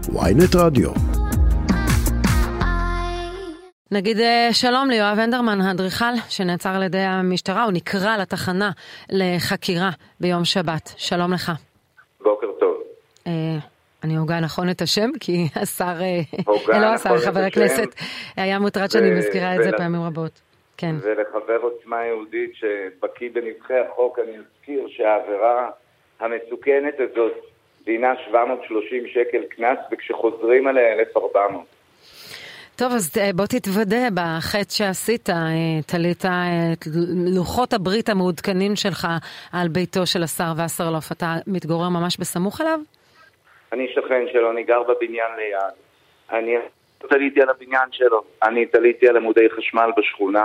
ynet רדיו. נגיד שלום ליואב אנדרמן, האדריכל שנעצר על ידי המשטרה, הוא נקרא לתחנה לחקירה ביום שבת. שלום לך. בוקר טוב. אני הוגה נכון את השם, כי השר, לא השר, חבר הכנסת, היה מוטרד שאני מזכירה את זה פעמים רבות. כן. ולחבר עוצמה יהודית שבקיא בנבחי החוק, אני אזכיר שהעבירה המסוכנת הזאת דינה 730 שקל קנס, וכשחוזרים עליה 1,400. טוב, אז בוא תתוודה בחטא שעשית, תלית את לוחות הברית המעודכנים שלך על ביתו של השר וסרלוף. אתה מתגורר ממש בסמוך אליו? אני שכן שלו, אני גר בבניין ליד. אני תליתי על הבניין שלו, אני תליתי על עמודי חשמל בשכונה,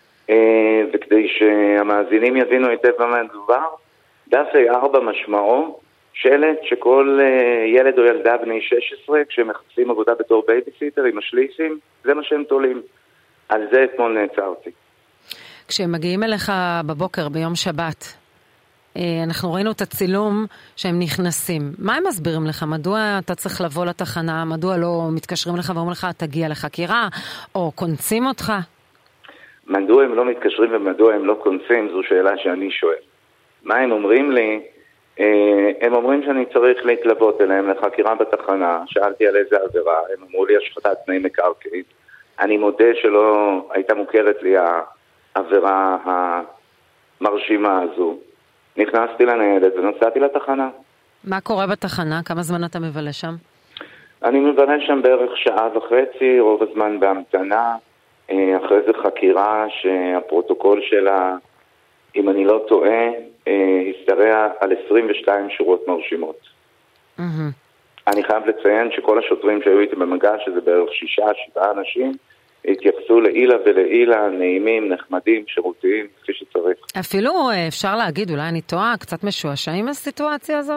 וכדי שהמאזינים יבינו היטב במה מדובר, דף A4 משמעו שלט שכל ילד או ילדה בני 16, כשהם מחפשים עבודה בתור בייביסיטר עם השליסים, זה מה שהם תולים. על זה אתמול נעצרתי. כשהם מגיעים אליך בבוקר ביום שבת, אנחנו ראינו את הצילום שהם נכנסים. מה הם מסבירים לך? מדוע אתה צריך לבוא לתחנה? מדוע לא מתקשרים לך ואומרים לך תגיע לחקירה? או קונצים אותך? מדוע הם לא מתקשרים ומדוע הם לא קונצים? זו שאלה שאני שואל. מה הם אומרים לי? הם אומרים שאני צריך להתלוות אליהם לחקירה בתחנה. שאלתי על איזה עבירה. הם אמרו לי השחתת תנאי מקרקעין. אני מודה שלא הייתה מוכרת לי העבירה המרשימה הזו. נכנסתי לניידת ונסעתי לתחנה. מה קורה בתחנה? כמה זמן אתה מבלה שם? אני מבלה שם בערך שעה וחצי, רוב הזמן בהמתנה. אחרי זה חקירה שהפרוטוקול שלה, אם אני לא טועה, הסתרע על 22 שורות מרשימות. אני חייב לציין שכל השוטרים שהיו איתי במגע, שזה בערך 6-7 אנשים, התייחסו לעילה ולעילה, נעימים, נחמדים, שירותיים, כפי שצריך. אפילו אפשר להגיד, אולי אני טועה, קצת משועשעים הסיטואציה הזו?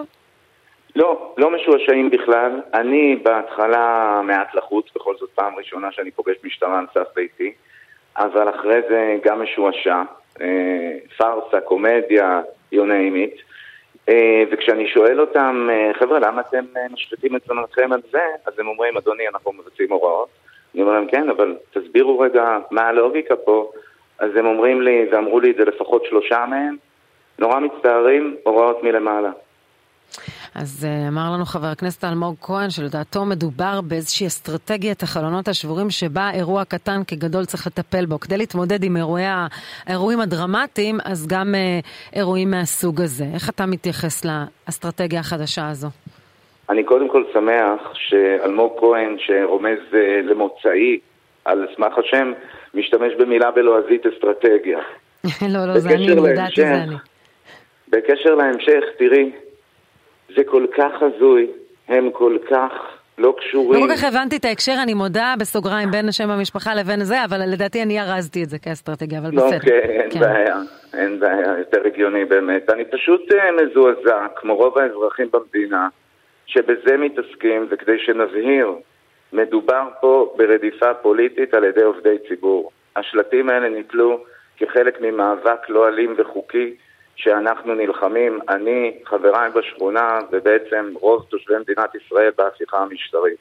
לא משועשעים בכלל. אני בהתחלה מעט לחוץ, בכל זאת פעם ראשונה שאני פוגש משטרה על סף ביתי, אבל אחרי זה גם משועשע, פרסה, קומדיה, יונאימית, וכשאני שואל אותם, חבר'ה, למה אתם משפטים את זמנכם על זה? אז הם אומרים, אדוני, אנחנו מבצעים הוראות. אני אומר להם, כן, אבל תסבירו רגע מה הלוגיקה פה. אז הם אומרים לי, ואמרו לי את זה לפחות 3 מהם, נורא מצטערים, הוראות מלמעלה. אז אמר לנו חבר הכנסת אלמוג כהן, שלדעתו מדובר באיזושהי אסטרטגיית החלונות השבורים, שבה אירוע קטן כגדול צריך לטפל בו. כדי להתמודד עם האירועים הדרמטיים, אז גם אירועים מהסוג הזה. איך אתה מתייחס לאסטרטגיה החדשה הזו? אני קודם כל שמח שאלמוג כהן, שרומז למוצאי על סמך השם, משתמש במילה בלועזית אסטרטגיה. לא, זה אני, ידעתי זה אני. בקשר להמשך, תראי, זה כל כך הזוי, הם כל כך לא קשורים. לא כל כך הבנתי את ההקשר, אני מודה בסוגריים בין השם המשפחה לבין זה, אבל לדעתי אני ארזתי את זה כאסטרטגיה, אבל בסדר. אוקיי, אין בעיה, יותר הגיוני באמת. אני פשוט מזועזע, כמו רוב האזרחים במדינה, שבזה מתעסקים, וכדי שנבהיר, מדובר פה ברדיפה פוליטית על ידי עובדי ציבור. השלטים האלה ניתלו כחלק ממאבק לא אלים וחוקי, שאנחנו נלחמים, אני, חבריי בשכונה, ובעצם רוב תושבי מדינת ישראל בהפיכה המשטרית.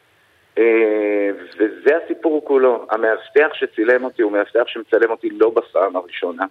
וזה הסיפור כולו. המאבטח שצילם אותי הוא מאבטח שמצלם אותי לא בפעם הראשונה.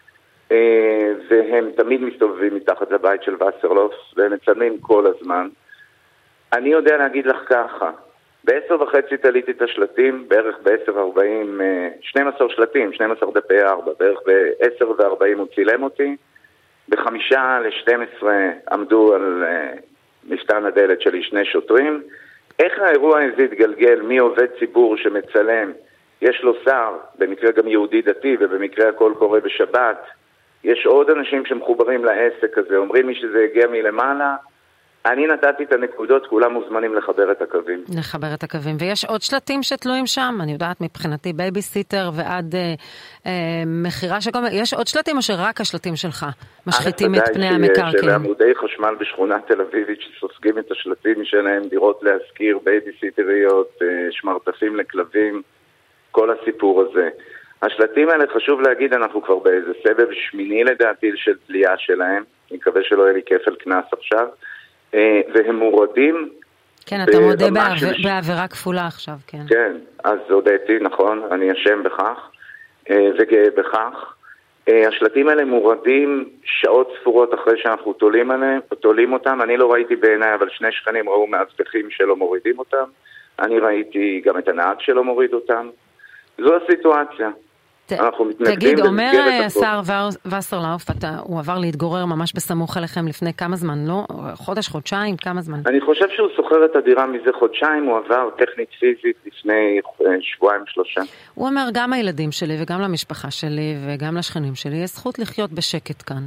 והם תמיד מסתובבים מתחת לבית של וסרלוף, והם מצלמים כל הזמן. אני יודע להגיד לך ככה, ב-10:30 תליתי את השלטים, בערך ב-10:40, 12 שלטים, 12 דפי 4, בערך ב-10:40 הוא צילם אותי, ב-11:55 עמדו על מפתן הדלת שלי 2 שוטרים. איך האירוע הזה התגלגל? מי עובד ציבור שמצלם? יש לו שר, במקרה גם יהודי דתי, ובמקרה הכל קורה בשבת. יש עוד אנשים שמחוברים לעסק הזה, אומרים לי שזה הגיע מלמעלה. אני נתתי את הנקודות, כולם מוזמנים לחבר את הקווים. לחבר את הקווים. ויש עוד שלטים שתלויים שם? אני יודעת מבחינתי בייביסיטר ועד מחירה שכל... יש עוד שלטים או שרק השלטים שלך משחיתים את פני המקרקעין? של עמודי חשמל בשכונה תל אביבית שסופגים את השלטים שלהם, דירות להשכיר, בייביסיטריות, שמרטפים לכלבים, כל הסיפור הזה. השלטים האלה, חשוב להגיד, אנחנו כבר באיזה סבב שמיני לדעתי של תלייה שלהם. אני מקווה שלא יהיה לי כפל כנס עכשיו. והם מורדים כן, אתה מודה בעבירה כפולה עכשיו, כן. כן, אז הודיתי, נכון, אני אשם בכך וגאה בכך. השלטים האלה מורדים שעות ספורות אחרי שאנחנו תולים אותם. אני לא ראיתי בעיניי, אבל שני שכנים ראו מאבטחים שלא מורידים אותם. אני ראיתי גם את הנהג שלא מוריד אותם. זו הסיטואציה. תגיד, אומר השר וסרלאוף, הוא עבר להתגורר ממש בסמוך אליכם לפני כמה זמן, לא? חודש, חודשיים, כמה זמן? אני חושב שהוא שוכר את הדירה מזה חודשיים, הוא עבר טכנית פיזית לפני שבועיים, 3. הוא אומר, גם הילדים שלי וגם למשפחה שלי וגם לשכנים שלי, יש זכות לחיות בשקט כאן.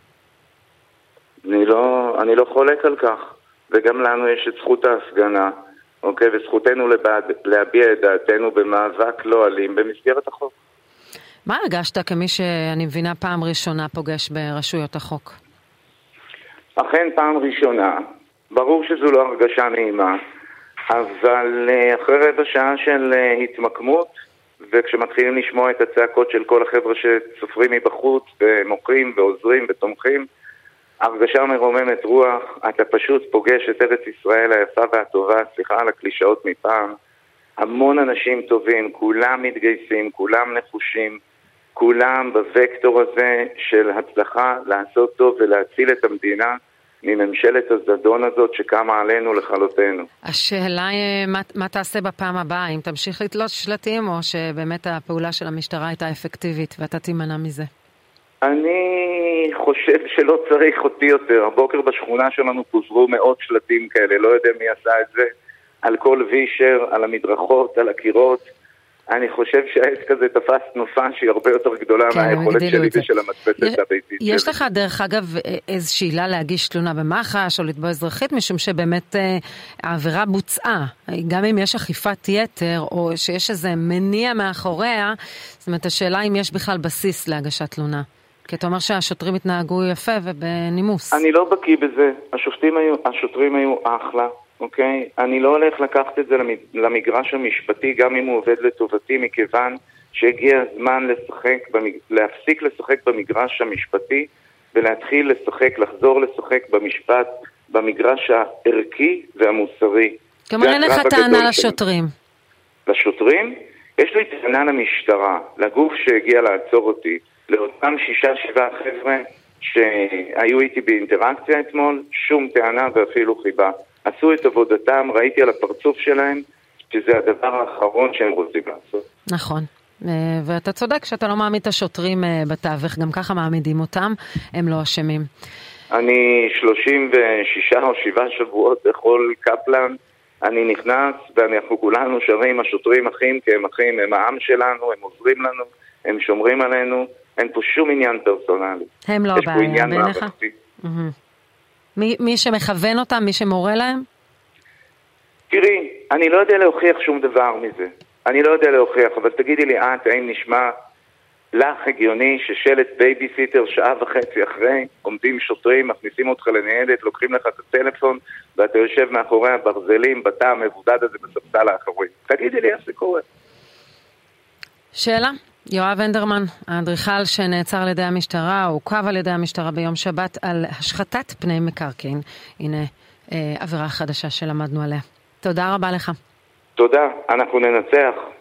אני לא חולק על כך, וגם לנו יש את זכות ההפגנה, אוקיי? וזכותנו להביע את דעתנו במאבק לא אלים במסגרת החוק. מה הרגשת כמי שאני מבינה פעם ראשונה פוגש ברשויות החוק? אכן פעם ראשונה. ברור שזו לא הרגשה נעימה, אבל אחרי רבע שעה של התמקמות, וכשמתחילים לשמוע את הצעקות של כל החבר'ה שסופרים מבחוץ ומוכרים ועוזרים ותומכים, הרגשה מרוממת רוח. אתה פשוט פוגש את ארץ ישראל היפה והטובה, סליחה על הקלישאות מפעם. המון אנשים טובים, כולם מתגייסים, כולם נחושים, כולם בווקטור הזה של הצלחה לעשות טוב ולהציל את המדינה מממשלת הזדון הזאת שקמה עלינו לכלותנו. השאלה היא מה תעשה בפעם הבאה, אם תמשיך לתלות שלטים או שבאמת הפעולה של המשטרה הייתה אפקטיבית ואתה תימנע מזה? אני חושב שלא צריך אותי יותר. הבוקר בשכונה שלנו פוזרו מאות שלטים כאלה, לא יודע מי עשה את זה, על כל וישר, על המדרכות, על הקירות. אני חושב שהעסק הזה תפס תנופה שהיא הרבה יותר גדולה מהיכולת שלי ושל המדפסת הביתית. יש לך דרך אגב איזושהי עילה להגיש תלונה במח"ש או לתבוע אזרחית, משום שבאמת העבירה בוצעה, גם אם יש אכיפת יתר או שיש איזה מניע מאחוריה, זאת אומרת השאלה אם יש בכלל בסיס להגשת תלונה. כי אתה אומר שהשוטרים התנהגו יפה ובנימוס. אני לא בקיא בזה, השוטרים היו אחלה. אוקיי? אני לא הולך לקחת את זה למגרש המשפטי, גם אם הוא עובד לטובתי, מכיוון שהגיע הזמן להפסיק לשחק במגרש המשפטי, ולהתחיל לחזור לשחק במשפט, במגרש הערכי והמוסרי. כלומר, אין לך טענה לשוטרים. לשוטרים? יש לי טענה למשטרה, לגוף שהגיע לעצור אותי, לאותם 6-7 חבר'ה שהיו איתי באינטראקציה אתמול, שום טענה ואפילו חיבה. עשו את עבודתם, ראיתי על הפרצוף שלהם שזה הדבר האחרון שהם רוצים לעשות. נכון, ואתה צודק שאתה לא מעמיד את השוטרים בתווך, גם ככה מעמידים אותם, הם לא אשמים. אני 36 או 7 שבועות בכל קפלן, אני נכנס ואנחנו כולנו שרים, השוטרים אחים כי הם אחים, הם העם שלנו, הם עוזרים לנו, הם שומרים עלינו, אין פה שום עניין פרסונלי. הם לא בעיה, בעיניך? מי שמכוון אותם, מי שמורה להם? תראי, אני לא יודע להוכיח שום דבר מזה. אני לא יודע להוכיח, אבל תגידי לי, האם נשמע לך הגיוני ששלט בייביסיטר 1.5 שעה אחרי, עומדים שוטרים, מכניסים אותך לניידת, לוקחים לך את הטלפון, ואתה יושב מאחורי הברזלים, בתא המבודד הזה בספסל האחורי. תגידי לי איך זה קורה. שאלה? יואב אנדרמן, האדריכל שנעצר על ידי המשטרה, עוכב על ידי המשטרה ביום שבת על השחתת פני מקרקעין. הנה, עבירה חדשה שלמדנו עליה. תודה רבה לך. תודה, אנחנו ננצח.